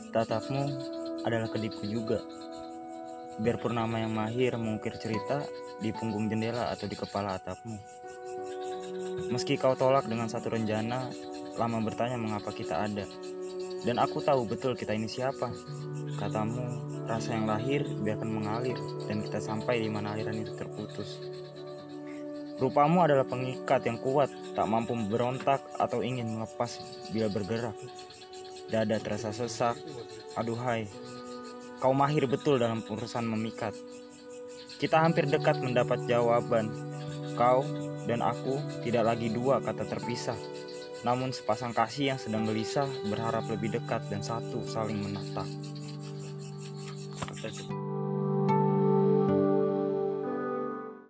Tatapmu adalah kedipku juga. Biar purnama yang mahir mengukir cerita di punggung jendela atau di kepala atapmu. Meski kau tolak dengan satu rencana, lama bertanya mengapa kita ada. Dan aku tahu betul kita ini siapa. Katamu, rasa yang lahir biarkan mengalir dan kita sampai di mana aliran itu terputus. Rupamu adalah pengikat yang kuat, tak mampu berontak atau ingin melepas bila bergerak. Dada terasa sesak, aduhai, kau mahir betul dalam urusan memikat. Kita hampir dekat mendapat jawaban. Kau dan aku tidak lagi dua kata terpisah, namun sepasang kasih yang sedang gelisah berharap lebih dekat dan satu saling menatap.